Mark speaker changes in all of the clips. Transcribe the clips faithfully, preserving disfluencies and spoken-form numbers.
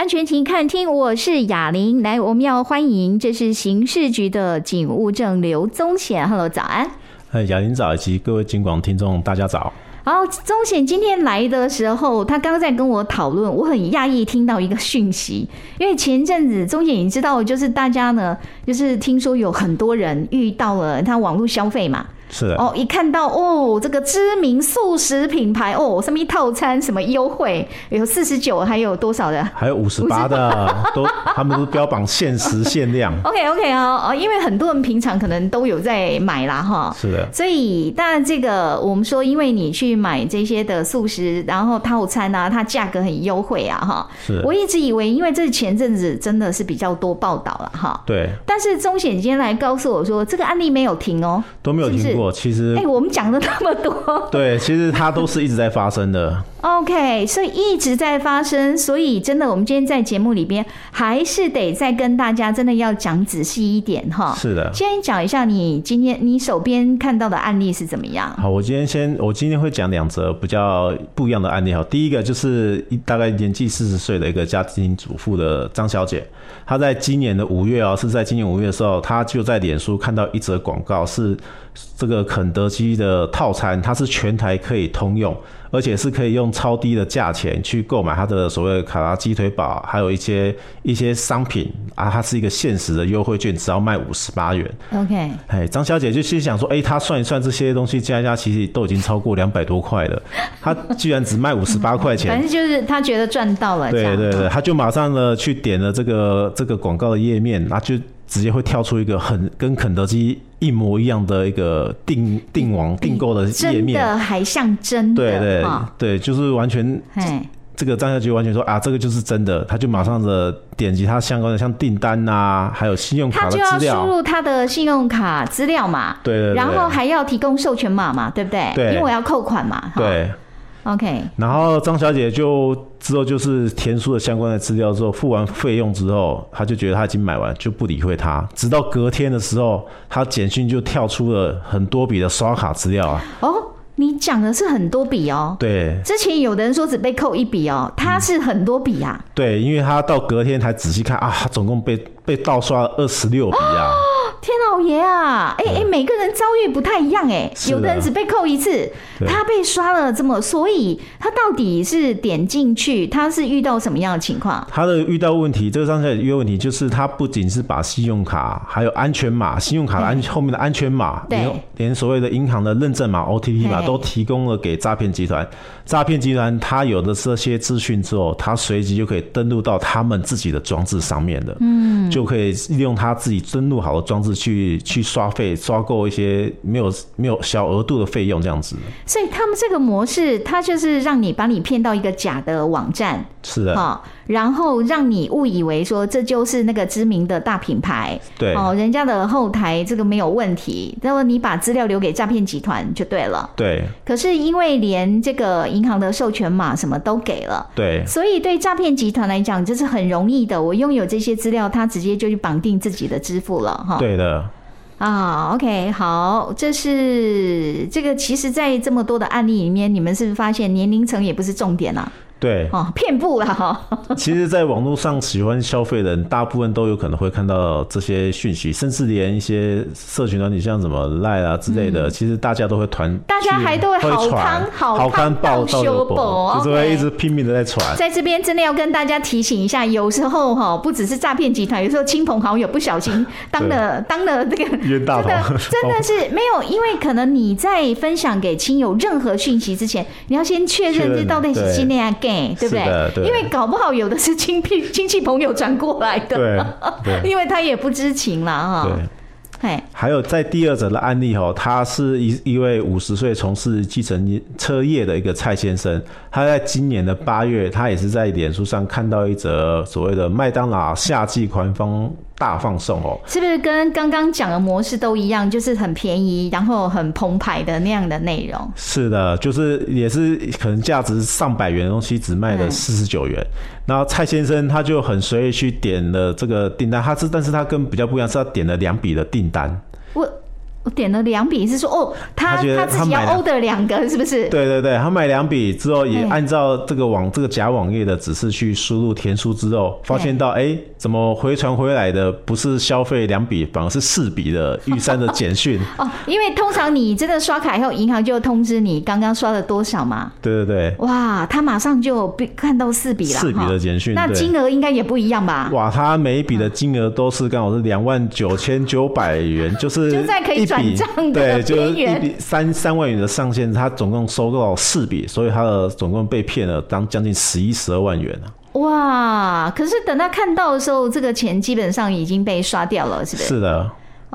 Speaker 1: 全情看听，我是雅玲。来，我们要欢迎，这是刑事局的警务正刘宗显。Hello， 早安。
Speaker 2: 哎，雅玲早，以及各位警广听众，大家早。
Speaker 1: 好，宗显今天来的时候，他刚刚在跟我讨论，我很讶异听到一个讯息，因为前阵子宗显你知道，就是大家呢，就是听说有很多人遇到了他网络消费嘛。
Speaker 2: 是的
Speaker 1: 哦，一看到哦，这个知名素食品牌哦，什么套餐什么优惠，有四十九，还有多少的？
Speaker 2: 还有五十八的，都他们都标榜限时限量。
Speaker 1: OK OK 哦，因为很多人平常可能都有在买啦哈。
Speaker 2: 是的。
Speaker 1: 所以当然这个我们说，因为你去买这些的素食，然后套餐啊，它价格很优惠啊哈。
Speaker 2: 是。
Speaker 1: 我一直以为，因为这前阵子真的是比较多报道了哈。
Speaker 2: 对。
Speaker 1: 但是宗显今天来告诉我说，这个案例没有停哦，
Speaker 2: 都没有停过。其实，
Speaker 1: 哎、欸，我们讲的那么多，
Speaker 2: 对，其实它都是一直在发生的。
Speaker 1: OK， 所以一直在发生，所以真的，我们今天在节目里边还是得再跟大家真的要讲仔细一点哈。
Speaker 2: 是的，
Speaker 1: 先讲一下你今天你手边看到的案例是怎么样？
Speaker 2: 好，我今天先，我今天会讲两则比较不一样的案例哈。第一个就是大概年纪四十岁的一个家庭主妇的张小姐，她在今年的五月哦，是在今年五月的时候，她就在脸书看到一则广告，是这个肯德基的套餐，它是全台可以通用，而且是可以用超低的价钱去购买它的所谓的卡拉鸡腿堡，还有一些一些商品啊，它是一个限时的优惠券，只要卖五十八元。
Speaker 1: OK，
Speaker 2: 哎，张小姐就心想说，哎、欸，她算一算这些东西加一加，其实都已经超过两百多块了，她居然只卖五十八块钱，
Speaker 1: 反正就是她觉得赚到了。
Speaker 2: 对对对，她就马上呢去点了这个这个广告的页面，然后就直接会跳出一个很跟肯德基一模一样的一个订订网订购的页面，
Speaker 1: 真的还像真的，
Speaker 2: 对对对，就是完全，这个张小姐完全说啊，这个就是真的，他就马上的点击他相关的像订单啊，还有信用卡的资料，
Speaker 1: 他就要输入他的信用卡资料嘛，
Speaker 2: 对对对，
Speaker 1: 然后还要提供授权码嘛，对不对？
Speaker 2: 对，
Speaker 1: 因为我要扣款嘛，
Speaker 2: 对。
Speaker 1: OK，
Speaker 2: 然后张小姐就之后就是填出了相关的资料之后，付完费用之后，她就觉得她已经买完，就不理会她。直到隔天的时候，她简讯就跳出了很多笔的刷卡资料啊。
Speaker 1: 哦，你讲的是很多笔哦。
Speaker 2: 对。之
Speaker 1: 前有的人说只被扣一笔哦，他是很多笔啊。
Speaker 2: 嗯、对，因为她到隔天才仔细看啊，她总共被被盗刷了二十六笔啊。哦，
Speaker 1: 天老爷啊！哎、欸、哎、欸，每个人遭遇不太一样哎、欸，有的人只被扣一次，他被刷了这么，所以他到底是点进去，他是遇到什么样的情况？
Speaker 2: 他的遇到问题，这个张小姐遇到问题就是他不仅是把信用卡还有安全码，信用卡的安后面的安全码，连连所谓的银行的认证码 O T P 码都提供了给诈骗集团。诈骗集团他有了这些资讯之后，他随即就可以登录到他们自己的装置上面的，嗯，就可以利用他自己登录好的装置去去刷费，刷够一些没有没有小额度的费用这样子。
Speaker 1: 所以他们这个模式，他就是让你把你骗到一个假的网站，
Speaker 2: 是的，
Speaker 1: 哦，然后让你误以为说这就是那个知名的大品牌，
Speaker 2: 对，
Speaker 1: 哦，人家的后台这个没有问题，然后你把资料留给诈骗集团就对了，
Speaker 2: 对。
Speaker 1: 可是因为连这个银行的授权码什么都给了，
Speaker 2: 对，
Speaker 1: 所以对诈骗集团来讲，这是很容易的。我拥有这些资料，他直接就去绑定自己的支付了，哈。
Speaker 2: 对的。
Speaker 1: 啊 ，OK， 好，这是这个，其实，在这么多的案例里面，你们是不是发现年龄层也不是重点啊？
Speaker 2: 对，
Speaker 1: 哦，遍布啦哈。
Speaker 2: 其实，在网络上喜欢消费的人，大部分都有可能会看到这些讯息，甚至连一些社群团体，像什么 LINE 啊之类的，嗯、其实大家都会团，
Speaker 1: 大家还都会好康
Speaker 2: 好康报道有报，就是会一直拼命的在传。
Speaker 1: 在这边真的要跟大家提醒一下，有时候哈，不只是诈骗集团，有时候亲朋好友不小心当了当了这个
Speaker 2: 冤大头，
Speaker 1: 真的是没有，因为可能你在分享给亲友任何讯息之前，你要先确认这到底是真的啊。对不 对?
Speaker 2: 对？
Speaker 1: 因为搞不好有的是亲戚亲戚朋友转过来的，
Speaker 2: 对，对
Speaker 1: 因为他也不知情啦哈。
Speaker 2: 对，还有在第二则的案例哈，他是一一位五十岁从事计程车业的一个蔡先生，他在今年的八月，他也是在脸书上看到一则所谓的麦当劳夏季狂风大放送哦，
Speaker 1: 是不是跟刚刚讲的模式都一样，就是很便宜，然后很澎湃的那样的内容？
Speaker 2: 是的，就是也是可能价值上百元的东西只卖了四十九元，嗯、然后蔡先生他就很随意去点了这个订单，他是但是他跟比较不一样，是他点了两笔的订单。
Speaker 1: 我我点了两笔，是说哦，他 他, 他自己要 order 两个，是不是？
Speaker 2: 对对对，他买两笔之后，也按照这个网这个假网页的指示去输入填书之后，发现到哎，怎么回传回来的不是消费两笔，反而是四笔的玉山的简讯
Speaker 1: 哦，因为通常你真的刷卡以后，银行就通知你刚刚刷了多少嘛。
Speaker 2: 对对对。
Speaker 1: 哇，他马上就看到四笔了，
Speaker 2: 四笔的简讯，
Speaker 1: 那金额应该也不一样吧？
Speaker 2: 哇，他每一笔的金额都是刚好是两万九千九百元，就是
Speaker 1: 就在可以转账的
Speaker 2: 对，就是
Speaker 1: 边缘，
Speaker 2: 一笔三三万元的上限，他总共收到四笔，所以他的总共被骗了当将近十一十二万元啊。
Speaker 1: 哇！可是等他看到的时候，这个钱基本上已经被刷掉了，是不是？
Speaker 2: 是的。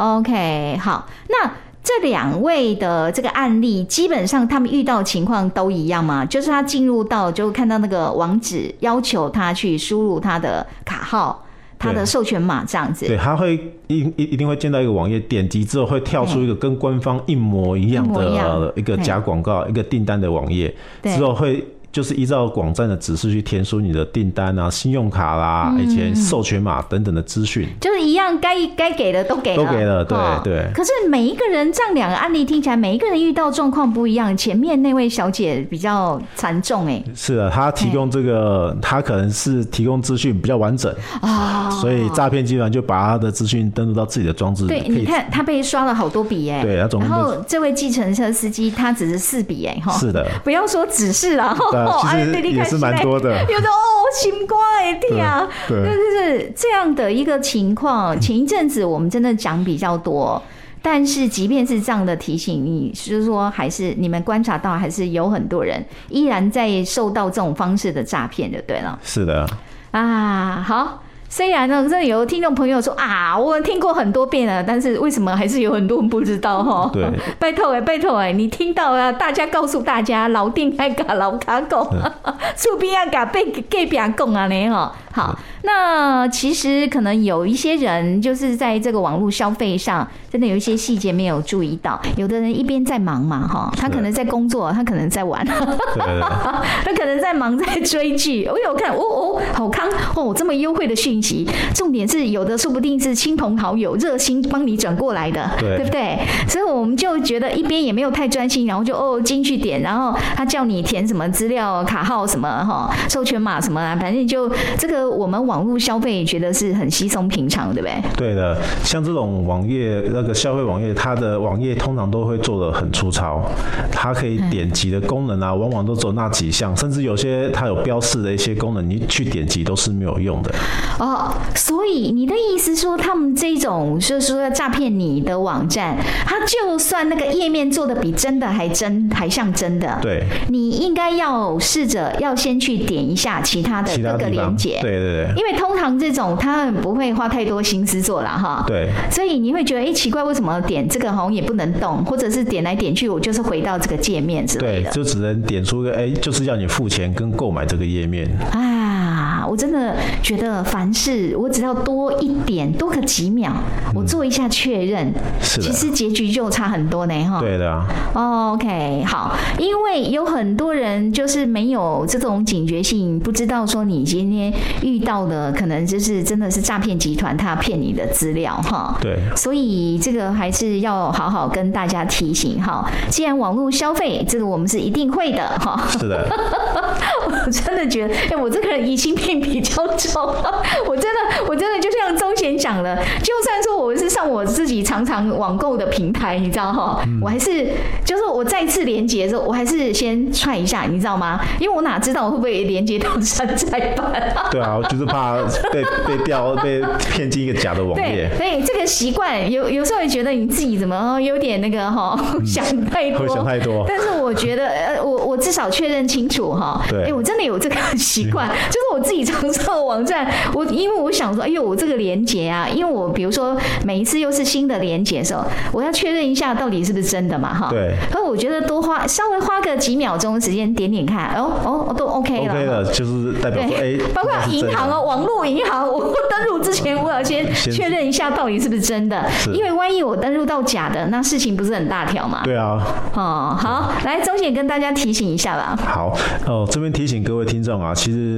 Speaker 1: OK， 好，那这两位的这个案例，基本上他们遇到的情况都一样吗？就是他进入到就看到那个网址，要求他去输入他的卡号、他的授权码这样子。
Speaker 2: 对，他会一一定会见到一个网页，点击之后会跳出一个跟官方一模一样的一个假广告、一个订单的网页，之后会。就是依照网站的指示去填输你的订单啊、信用卡啦、嗯、以前授权码等等的资讯，
Speaker 1: 就是一样该该给的都给了，
Speaker 2: 都给了，对、哦、对。
Speaker 1: 可是每一个人这样两个案例听起来，每一个人遇到状况不一样。前面那位小姐比较惨重哎，
Speaker 2: 是的，她提供这个，她可能是提供资讯比较完整啊、哦，所以诈骗集团就把她的资讯登录到自己的装置。
Speaker 1: 对，你看她被刷了好多笔哎，
Speaker 2: 对，
Speaker 1: 然后这位计程车司机他只是四笔哎哈，
Speaker 2: 是的，
Speaker 1: 不要说只是啦。
Speaker 2: 其实也是蛮多的，
Speaker 1: 有的哦，心瓜哎天啊，对，就是这样的一个情况。前一阵子我们真的讲比较多，但是即便是这样的提醒，你是说还是你们观察到，还是有很多人依然在受到这种方式的诈骗，就对了。
Speaker 2: 是的
Speaker 1: 啊，好。虽然呢，这有听众朋友说啊，我听过很多遍了，但是为什么还是有很多人不知道哈？
Speaker 2: 对，
Speaker 1: 拜托哎，拜托哎，你听到啊，大家告诉大家，老店爱甲老卡讲，厝边啊甲被隔壁讲啊呢哈。好，那其实可能有一些人就是在这个网络消费上，真的有一些细节没有注意到。有的人一边在忙嘛哈，他可能在工作，他可能在玩，他可能在忙在追剧。我有看，哦哦，好康哦，这么优惠的讯息。重点是有的说不定是亲朋好友热心帮你转过来的， 对, 对不对？所以我们就觉得一边也没有太专心，然后就哦进去点，然后他叫你填什么资料、卡号什么哈、授权码什么啊，反正就这个我们网络消费觉得是很稀松平常，对不对？
Speaker 2: 对的，像这种网页那个消费网页，它的网页通常都会做得很粗糙，它可以点击的功能啊，往往都只有那几项，甚至有些它有标示的一些功能，你去点击都是没有用的。
Speaker 1: 哦，所以你的意思说，他们这种就是说要诈骗你的网站，它就算那个页面做的比真的还真，还像真的，
Speaker 2: 对，
Speaker 1: 你应该要试着要先去点一下其他的各个连结，
Speaker 2: 对对对，
Speaker 1: 因为通常这种他们不会花太多心思做啦哈，
Speaker 2: 对，
Speaker 1: 所以你会觉得哎、欸、奇怪，为什么点这个好像也不能动，或者是点来点去我就是回到这个界面之类的，
Speaker 2: 对，就只能点出个哎、欸，就是要你付钱跟购买这个页面
Speaker 1: 啊，我真的觉得凡事我只要多一点，多个几秒，我做一下确认，
Speaker 2: 是的，
Speaker 1: 其实结局就差很多呢哈。
Speaker 2: 对的啊。
Speaker 1: Oh, OK， 好，因为有很多人就是没有这种警觉性，不知道说你今天遇到的可能就是真的是诈骗集团，他骗你的资料哈。
Speaker 2: 对，
Speaker 1: 所以这个还是要好好跟大家提醒哈。既然网络消费，这个我们是一定会的哈。
Speaker 2: 是的。
Speaker 1: 我真的觉得，哎、欸，我这个人疑心病比较重，我真的，我真的就像周贤讲了，就算说我是上我自己常常网购的平台，你知道哈、嗯，我还是就是我再次连结的时候，我还是先踹一下，你知道吗？因为我哪知道我会不会连接到山寨版？对
Speaker 2: 啊，就是怕被被调被骗进一个假的网页。
Speaker 1: 对，所以这个习惯有有时候也觉得你自己怎么有点那个哈、嗯、想太多，
Speaker 2: 会想太多。
Speaker 1: 但是我觉得呃，我我至少确认清楚哈，对，哎、欸，我真的有这个习惯，就是我自己常上的网站，我因为我想说，哎呦，我这个连结啊，因为我比如说每一次又是新的连结的时候，我要确认一下到底是不是真的嘛哈。
Speaker 2: 对。
Speaker 1: 所以我觉得多花稍微花个几秒钟的时间点点看，哦哦都 OK 了。
Speaker 2: OK 了，就是代表说，哎，
Speaker 1: 包括银行哦，网络银行，我登入之前我要先确认一下到底是不是真的，因为万一我登入到假的，那事情不是很大条嘛。
Speaker 2: 对啊。
Speaker 1: 哦，好，来周姐跟大家提醒一下吧。
Speaker 2: 好，哦，这边提醒各位听众啊，其实我们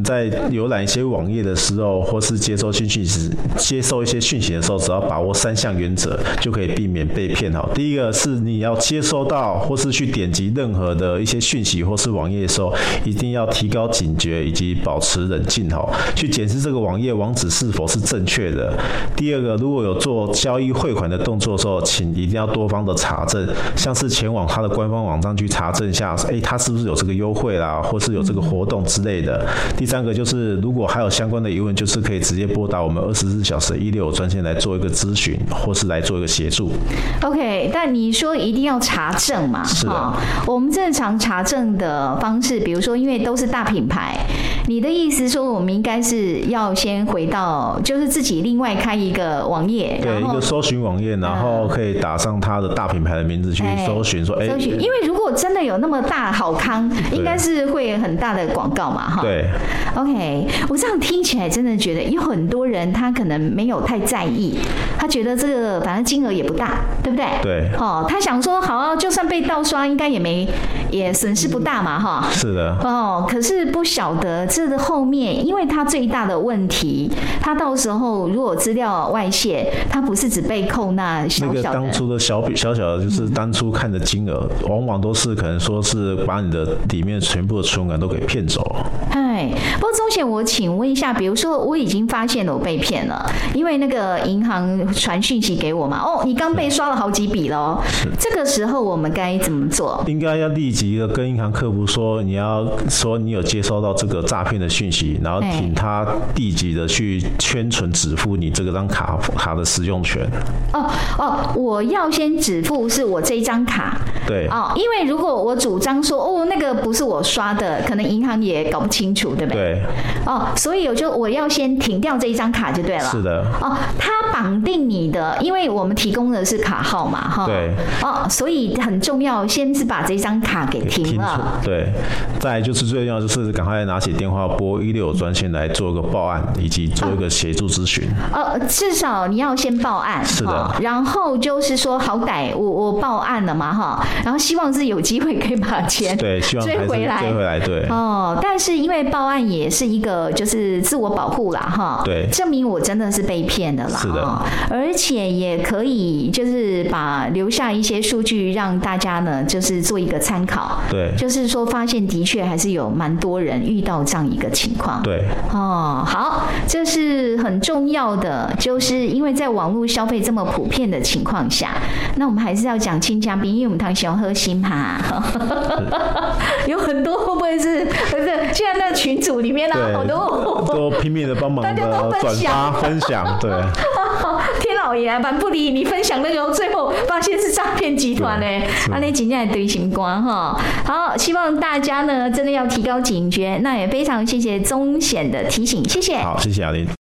Speaker 2: 在浏览一些网页的时候，或是接收讯息时，接收一些讯息的时候，只要把握三项原则，就可以避免被骗哈。第一个是你要接收到或是去点击任何的一些讯息或是网页的时候，一定要提高警觉以及保持冷静哈，去检视这个网页网址是否是正确的。第二个，如果有做交易汇款的动作的时候，请一定要多方的查证，像是前往他的官方网站去查证一下，哎，他是不是有这个优惠啦，或是有这个活动之类的。第三个就是，如果还有相关的疑问，就是可以直接拨打我们二十四小时一六五专线来做一个咨询，或是来做一个协助。
Speaker 1: OK， 但你说一定要查证嘛？
Speaker 2: 是的。哦、
Speaker 1: 我们正常查证的方式，比如说，因为都是大品牌，你的意思说我们应该是要先回到，就是自己另外开一个网页，
Speaker 2: 对，一个搜寻网页，然后可以打上它的大品牌的名字去搜寻，说，哎、
Speaker 1: 欸，因为如果真的有那么大好康，应该是会很大的广告嘛，哈。
Speaker 2: 对。
Speaker 1: OK， 我这样听起来真的觉得有很多人他可能没有太在意，他觉得这个反正金额也不大，对不对？
Speaker 2: 对。
Speaker 1: 哦，他想说好、啊，就算被盗刷，应该也没也损失不大嘛，哈。
Speaker 2: 是的。
Speaker 1: 哦，可是不晓得这个后面，因为他最大的问题，他到时候如果资料外泄，他不是只被扣那小小的。
Speaker 2: 那个当初的小小小的，就是当初看的金额，嗯、往往都是可能说是把你的里面全部的存款都给骗走了。
Speaker 1: 哎，不过钟贤，我请问一下，比如说我已经发现了我被骗了，因为那个银行传讯息给我嘛，哦，你刚被刷了好几笔了，这个时候我们该怎么做？
Speaker 2: 应该要立即的跟银行客服说，你要说你有接收到这个诈骗的讯息，然后请他立即的去圈存止付你这个张卡卡的使用权。
Speaker 1: 哦哦，我要先止付是我这张卡。
Speaker 2: 对。
Speaker 1: 哦，因为如果我主张说哦那个不是我刷的，可能银行也搞不清楚，对不对？
Speaker 2: 对。
Speaker 1: 哦，所以我就我要先停掉这一张卡就对了。
Speaker 2: 是的。
Speaker 1: 哦，它绑定你的，因为我们提供的是卡号嘛，哈。
Speaker 2: 对。
Speaker 1: 哦，所以很重要，先是把这张卡给停了。
Speaker 2: 对。再来就是最重要就是赶快拿起电话拨一六五专线来做一个报案，以及做一个协助咨询。
Speaker 1: 呃，至少你要先报案。
Speaker 2: 是的。哦、
Speaker 1: 然后就是说，好歹我我报案了嘛，哈，然后希望是有机会可以把钱
Speaker 2: 对希望
Speaker 1: 追回来，
Speaker 2: 追回来，对。
Speaker 1: 哦，但是因为报案也是一个就是自我保护啦，哈，
Speaker 2: 对，
Speaker 1: 证明我真的是被骗的啦，
Speaker 2: 是的，哦、
Speaker 1: 而且也可以就是把留下一些数据让大家呢就是做一个参考，
Speaker 2: 对，
Speaker 1: 就是说发现的确还是有蛮多人遇到这样一个情况，
Speaker 2: 对，
Speaker 1: 哦，好，这是很重要的，就是因为在网络消费这么普遍的情况下，那我们还是要讲亲家宾，因为我们常喜欢喝心哈，有很多会不会是不是现在那群组里面啊，好多
Speaker 2: 都拼命的帮忙的转发分享，对。
Speaker 1: 天老爷蛮不理你分享那个，最后发现是诈骗集团呢，那你真正对心肝哈。好，希望大家呢真的要提高警觉，那也非常谢谢钟显的提醒，谢谢。
Speaker 2: 好，谢谢阿玲。